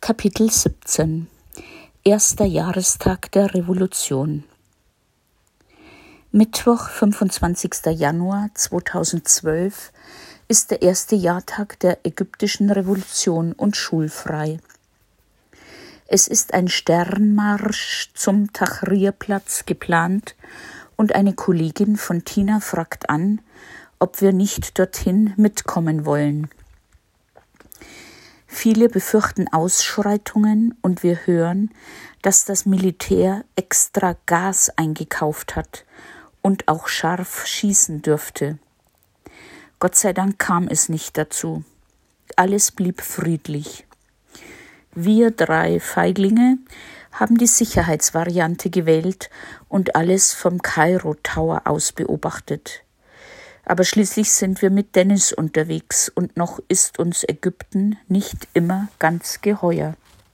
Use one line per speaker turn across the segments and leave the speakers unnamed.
Kapitel 17 Erster Jahrestag der Revolution. Mittwoch, 25. Januar 2012 ist der erste Jahrtag der ägyptischen Revolution und schulfrei. Es ist ein Sternmarsch zum Tahrir-Platz geplant und eine Kollegin von Tina fragt an, ob wir nicht dorthin mitkommen wollen. Viele befürchten Ausschreitungen und wir hören, dass das Militär extra Gas eingekauft hat und auch scharf schießen dürfte. Gott sei Dank kam es nicht dazu. Alles blieb friedlich. Wir 3 Feiglinge haben die Sicherheitsvariante gewählt und alles vom Kairo Tower aus beobachtet. Aber schließlich sind wir mit Dennis unterwegs und noch ist uns Ägypten nicht immer ganz geheuer.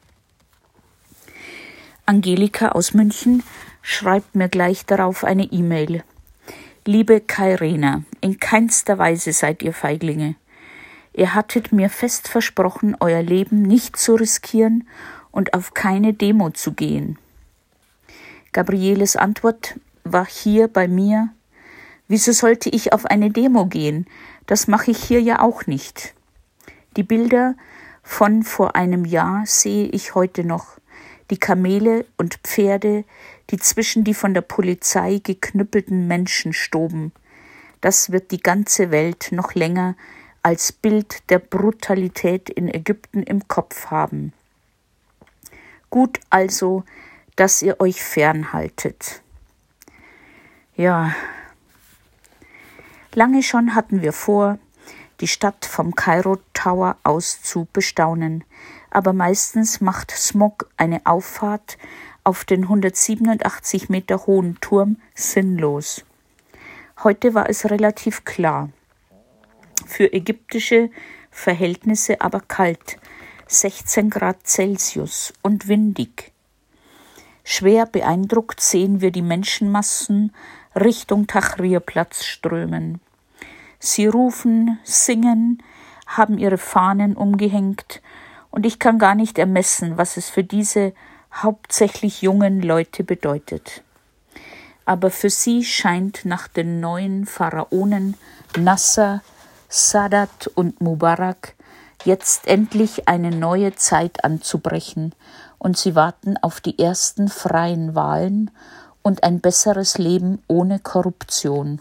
Angelika aus München schreibt mir gleich darauf eine E-Mail. Liebe Kairena, in keinster Weise seid ihr Feiglinge. Ihr hattet mir fest versprochen, euer Leben nicht zu riskieren und auf keine Demo zu gehen. Gabrieles Antwort war hier bei mir: Wieso sollte ich auf eine Demo gehen? Das mache ich hier ja auch nicht. Die Bilder von vor einem Jahr sehe ich heute noch. Die Kamele und Pferde, die zwischen die von der Polizei geknüppelten Menschen stoben. Das wird die ganze Welt noch länger als Bild der Brutalität in Ägypten im Kopf haben. Gut also, dass ihr euch fernhaltet. Ja, lange schon hatten wir vor, die Stadt vom Kairo Tower aus zu bestaunen, aber meistens macht Smog eine Auffahrt auf den 187 Meter hohen Turm sinnlos. Heute war es relativ klar. Für ägyptische Verhältnisse aber kalt, 16 Grad Celsius und windig. Schwer beeindruckt sehen wir die Menschenmassen Richtung Tahrir-Platz strömen. Sie rufen, singen, haben ihre Fahnen umgehängt und ich kann gar nicht ermessen, was es für diese hauptsächlich jungen Leute bedeutet. Aber für sie scheint nach den neuen Pharaonen Nasser, Sadat und Mubarak jetzt endlich eine neue Zeit anzubrechen und sie warten auf die ersten freien Wahlen und ein besseres Leben ohne Korruption.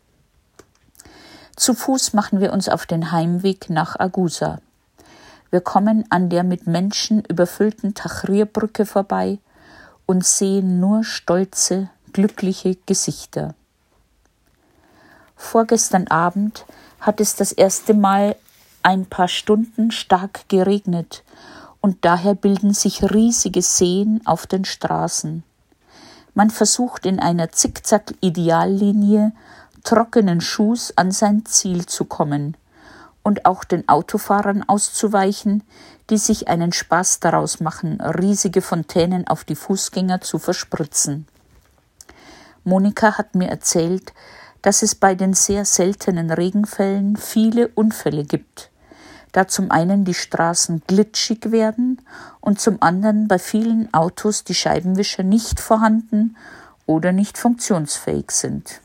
Zu Fuß machen wir uns auf den Heimweg nach Agusa. Wir kommen an der mit Menschen überfüllten Tahrir-Brücke vorbei und sehen nur stolze, glückliche Gesichter. Vorgestern Abend hat es das erste Mal ein paar Stunden stark geregnet und daher bilden sich riesige Seen auf den Straßen. Man versucht in einer Zickzack-Ideallinie trockenen Schuhs an sein Ziel zu kommen und auch den Autofahrern auszuweichen, die sich einen Spaß daraus machen, riesige Fontänen auf die Fußgänger zu verspritzen. Monika hat mir erzählt, dass es bei den sehr seltenen Regenfällen viele Unfälle gibt, da zum einen die Straßen glitschig werden und zum anderen bei vielen Autos die Scheibenwischer nicht vorhanden oder nicht funktionsfähig sind.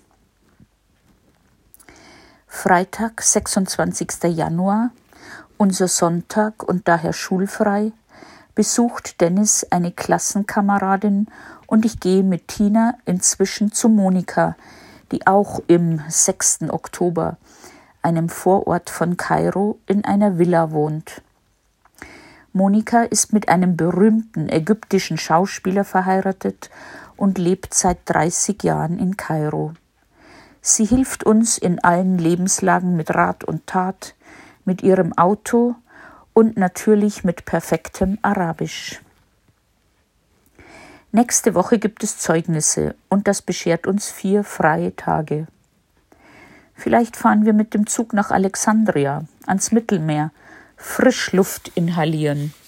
Freitag, 26. Januar, unser Sonntag und daher schulfrei, besucht Dennis eine Klassenkameradin und ich gehe mit Tina inzwischen zu Monika, die auch im 6. Oktober, einem Vorort von Kairo, in einer Villa wohnt. Monika ist mit einem berühmten ägyptischen Schauspieler verheiratet und lebt seit 30 Jahren in Kairo. Sie hilft uns in allen Lebenslagen mit Rat und Tat, mit ihrem Auto und natürlich mit perfektem Arabisch. Nächste Woche gibt es Zeugnisse und das beschert uns 4 freie Tage. Vielleicht fahren wir mit dem Zug nach Alexandria, ans Mittelmeer, Frischluft inhalieren.